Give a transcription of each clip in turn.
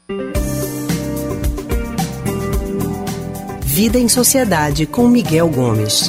Vida em Sociedade com Miguel Gomes.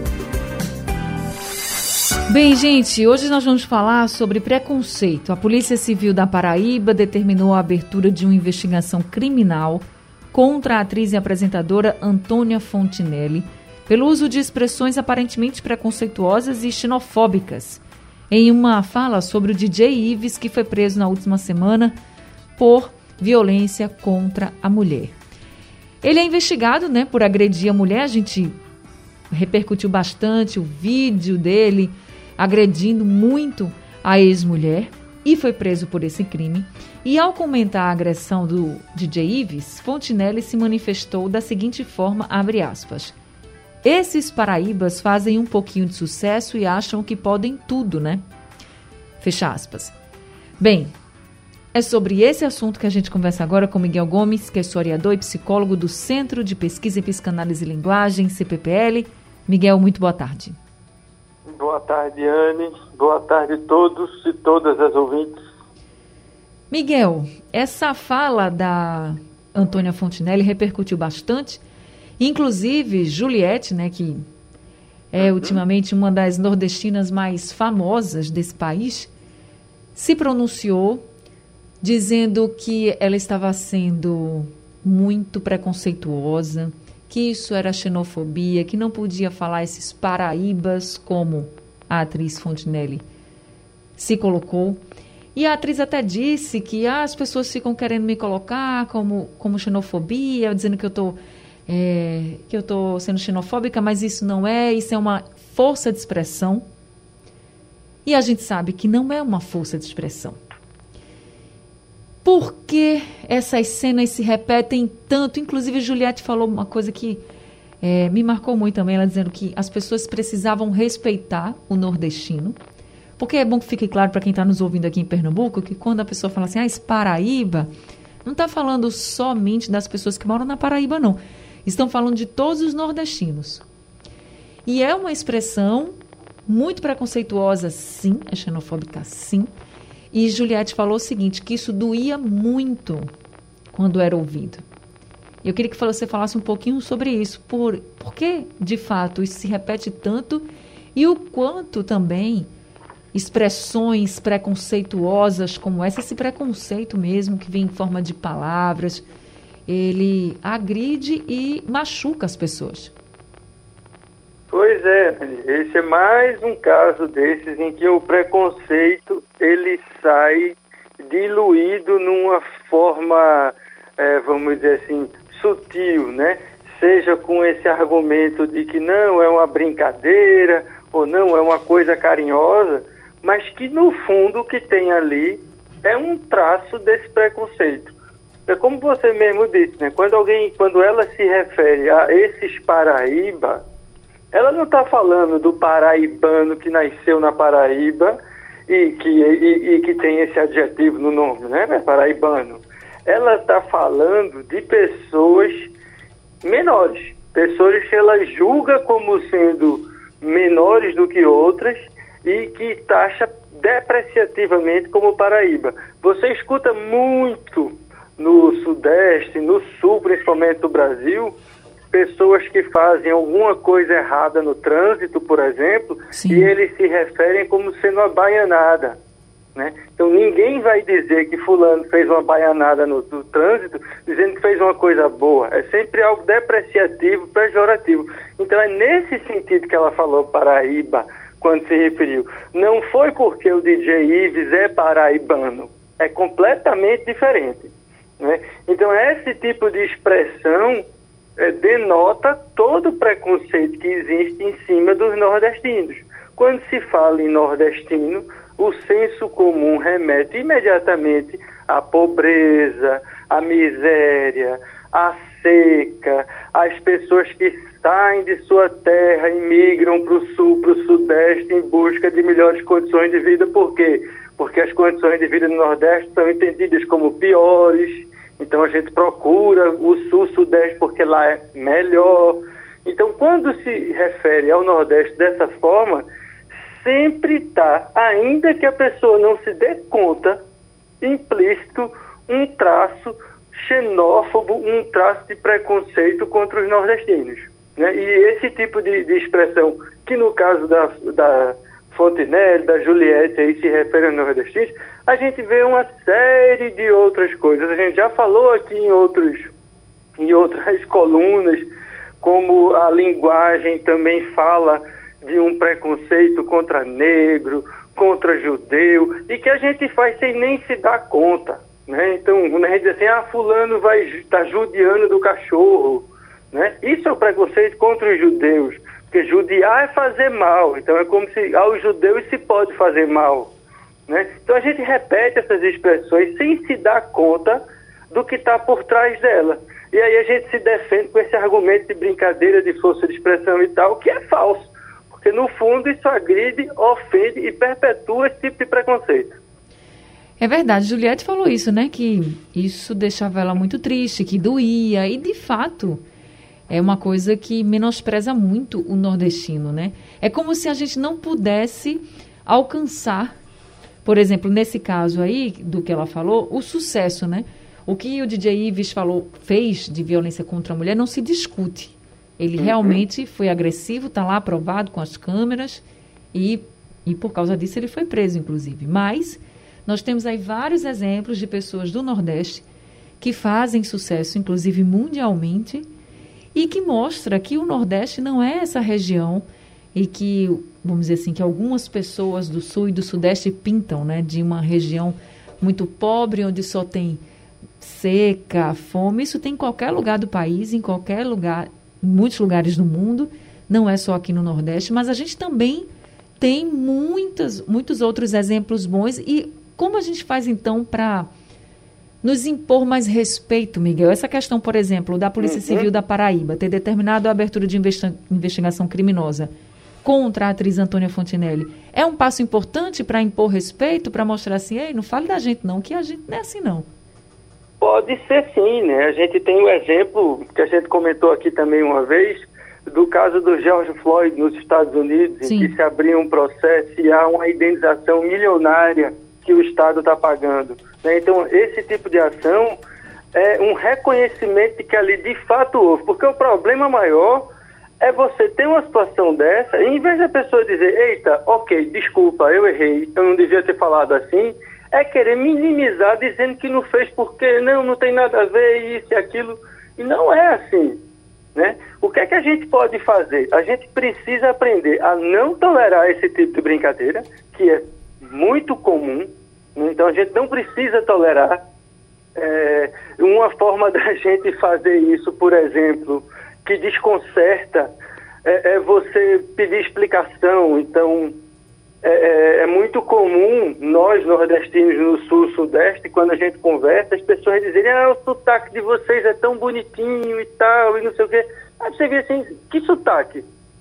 Bem, gente, hoje nós vamos falar sobre preconceito. A Polícia Civil da Paraíba determinou a abertura de uma investigação criminal contra a atriz e apresentadora Antônia Fontinelli pelo uso de expressões aparentemente preconceituosas e xenofóbicas em uma fala sobre o DJ Ives, que foi preso na última semana por violência contra a mulher. Ele é investigado, por agredir a mulher. A gente repercutiu bastante o vídeo dele agredindo muito a ex-mulher e foi preso por esse crime. E ao comentar a agressão do DJ Ives, Fontinelli se manifestou da seguinte forma, abre aspas: "Esses paraíbas fazem um pouquinho de sucesso e acham que podem tudo, né?" Fecha aspas. Bem, é sobre esse assunto que a gente conversa agora com Miguel Gomes, que é historiador e psicólogo do Centro de Pesquisa em Psicanálise e Linguagem, CPPL. Miguel, muito boa tarde. Boa tarde, Anne. Boa tarde a todos e todas as ouvintes. Miguel, essa fala da Antônia Fontinelli repercutiu bastante. Inclusive, Juliette, que é ultimamente uma das nordestinas mais famosas desse país, se pronunciou dizendo que ela estava sendo muito preconceituosa, que isso era xenofobia, que não podia falar esses paraíbas, como a atriz Fontinelli se colocou. E a atriz até disse que as pessoas ficam querendo me colocar como xenofobia, dizendo que eu estou sendo xenofóbica, mas isso não é, isso é uma força de expressão. E a gente sabe que não é uma força de expressão. Por que essas cenas se repetem tanto? Inclusive, Juliette falou uma coisa que me marcou muito também, ela dizendo que as pessoas precisavam respeitar o nordestino, porque é bom que fique claro para quem está nos ouvindo aqui em Pernambuco, que quando a pessoa fala assim, esse Paraíba, não está falando somente das pessoas que moram na Paraíba, não. Estão falando de todos os nordestinos. E é uma expressão muito preconceituosa, sim, é xenofóbica, sim. E Juliette falou o seguinte, que isso doía muito quando era ouvido. Eu queria que você falasse um pouquinho sobre isso. Por que, de fato, isso se repete tanto e o quanto também expressões preconceituosas como esse preconceito mesmo, que vem em forma de palavras, ele agride e machuca as pessoas. Pois é, esse é mais um caso desses em que o preconceito ele sai diluído numa forma, vamos dizer assim, sutil, né? Seja com esse argumento de que não é uma brincadeira ou não é uma coisa carinhosa, mas que no fundo o que tem ali é um traço desse preconceito. É como você mesmo disse, né? Quando ela se refere a esses Paraíba, ela não está falando do paraibano que nasceu na Paraíba e que tem esse adjetivo no nome, né? Paraibano. Ela está falando de pessoas menores, pessoas que ela julga como sendo menores do que outras e que taxa depreciativamente como Paraíba. Você escuta muito no Sudeste, no Sul, principalmente do Brasil, pessoas que fazem alguma coisa errada no trânsito, por exemplo, sim, e eles se referem como sendo uma baianada, né? Então ninguém vai dizer que fulano fez uma baianada no trânsito dizendo que fez uma coisa boa. É sempre algo depreciativo, pejorativo. Então é nesse sentido que ela falou Paraíba quando se referiu. Não foi porque o DJ Ives é paraibano. É completamente diferente, né? Então esse tipo de expressão denota todo o preconceito que existe em cima dos nordestinos. Quando se fala em nordestino, o senso comum remete imediatamente à pobreza, à miséria, à seca, às pessoas que saem de sua terra e migram para o sul, para o sudeste em busca de melhores condições de vida. Por quê? Porque as condições de vida no Nordeste são entendidas como piores. Então a gente procura o sul-sudeste porque lá é melhor. Então quando se refere ao Nordeste dessa forma, sempre está, ainda que a pessoa não se dê conta, implícito um traço xenófobo, um traço de preconceito contra os nordestinos, né? E esse tipo de expressão, que no caso da Fontenelle, da Juliette, aí se refere aos nordestinos, a gente vê uma série de outras coisas. A gente já falou aqui em outras colunas, como a linguagem também fala de um preconceito contra negro, contra judeu, e que a gente faz sem nem se dar conta, né? Então, quando a gente diz assim, fulano vai estar judiando do cachorro, né? Isso é o preconceito contra os judeus, porque judiar é fazer mal, então é como se aos judeus se pode fazer mal, né? Então a gente repete essas expressões sem se dar conta do que está por trás dela. E aí a gente se defende com esse argumento de brincadeira, de força de expressão e tal, que é falso. Porque no fundo isso agride, ofende e perpetua esse tipo de preconceito. É verdade, Juliette falou isso, né? Que isso deixava ela muito triste, que doía. E de fato é uma coisa que menospreza muito o nordestino, né? É como se a gente não pudesse alcançar, por exemplo, nesse caso aí, do que ela falou, o sucesso, né? O que o DJ Ives fez de violência contra a mulher não se discute. Ele realmente foi agressivo, está lá aprovado com as câmeras e por causa disso ele foi preso, inclusive. Mas nós temos aí vários exemplos de pessoas do Nordeste que fazem sucesso, inclusive mundialmente, e que mostra que o Nordeste não é essa região e que, vamos dizer assim, que algumas pessoas do Sul e do Sudeste pintam, né, de uma região muito pobre, onde só tem seca, fome. Isso tem em qualquer lugar do país, em qualquer lugar, em muitos lugares do mundo, não é só aqui no Nordeste, mas a gente também tem muitos outros exemplos bons. E como a gente faz então para nos impor mais respeito, Miguel? Essa questão, por exemplo, da Polícia Civil da Paraíba ter determinado a abertura de investigação criminosa contra a atriz Antônia Fontenelle é um passo importante para impor respeito, para mostrar assim, ei, não fale da gente não, que a gente não é assim não. Pode ser sim, né? A gente tem o exemplo que a gente comentou aqui também uma vez, do caso do George Floyd nos Estados Unidos, em que se abriu um processo e há uma indenização milionária que o Estado está pagando, né? Então, esse tipo de ação é um reconhecimento de que ali de fato houve, porque o problema maior é você ter uma situação dessa, e em vez da pessoa dizer, eita, ok, desculpa, eu errei, eu não devia ter falado assim, é querer minimizar dizendo que não fez porque não tem nada a ver, isso e aquilo. E não é assim, né? O que é que a gente pode fazer? A gente precisa aprender a não tolerar esse tipo de brincadeira, que é muito comum, né? Então a gente não precisa tolerar. Uma forma da gente fazer isso, por exemplo, que desconcerta, é você pedir explicação. Então, é muito comum, nós nordestinos no sul, sudeste, quando a gente conversa, as pessoas dizerem, o sotaque de vocês é tão bonitinho e tal, e não sei o quê. Aí você vê assim, que sotaque?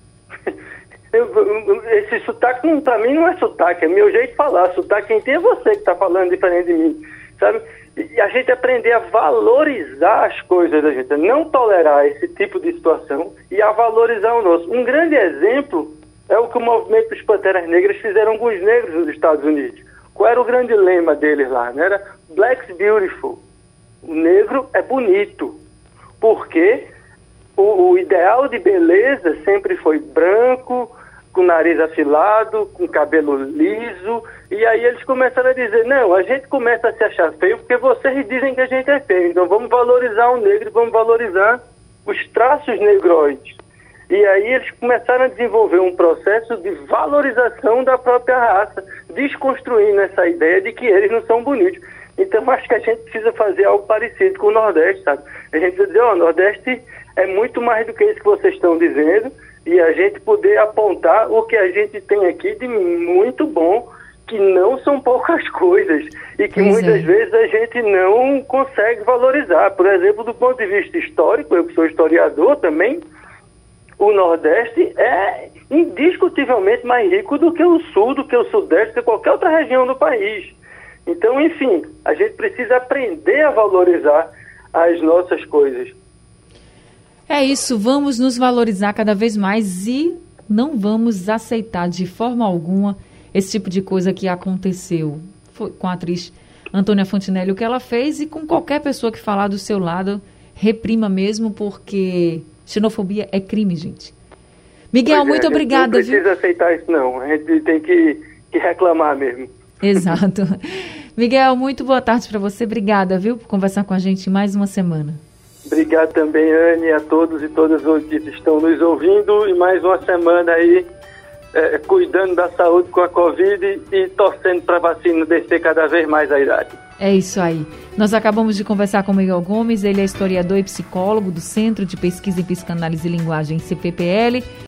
Esse sotaque, para mim, não é sotaque, é meu jeito de falar. Sotaque quem tem é você que está falando diferente de mim, sabe? E a gente aprender a valorizar as coisas da gente, a não tolerar esse tipo de situação e a valorizar o nosso. Um grande exemplo é o que o movimento dos Panteras Negras fizeram com os negros nos Estados Unidos. Qual era o grande lema deles lá? Né? Era Black's Beautiful. O negro é bonito. Porque o ideal de beleza sempre foi branco, com nariz afilado, com cabelo liso. E aí eles começaram a dizer, não, a gente começa a se achar feio porque vocês dizem que a gente é feio. Então vamos valorizar o negro, vamos valorizar os traços negroides. E aí eles começaram a desenvolver um processo de valorização da própria raça, desconstruindo essa ideia de que eles não são bonitos. Então acho que a gente precisa fazer algo parecido com o Nordeste, sabe? A gente precisa dizer, o Nordeste é muito mais do que isso que vocês estão dizendo, e a gente poder apontar o que a gente tem aqui de muito bom, que não são poucas coisas, e que muitas vezes a gente não consegue valorizar. Por exemplo, do ponto de vista histórico, eu que sou historiador também, o Nordeste é indiscutivelmente mais rico do que o Sul, do que o Sudeste, do que qualquer outra região do país. Então, enfim, a gente precisa aprender a valorizar as nossas coisas. É isso, vamos nos valorizar cada vez mais e não vamos aceitar de forma alguma esse tipo de coisa que aconteceu com a atriz Antônia Fontinelli o que ela fez e com qualquer pessoa que falar do seu lado, reprima mesmo, porque xenofobia é crime, gente. Miguel, muito obrigada. Não precisa aceitar isso, não. A gente tem que reclamar mesmo. Exato. Miguel, muito boa tarde para você. Obrigada, viu, por conversar com a gente mais uma semana. Obrigado também, Anne, a todos e todas que estão nos ouvindo. E mais uma semana aí, cuidando da saúde com a Covid e torcendo para a vacina descer cada vez mais a idade. É isso aí. Nós acabamos de conversar com Miguel Gomes, ele é historiador e psicólogo do Centro de Pesquisa em Psicanálise e Linguagem, CPPL.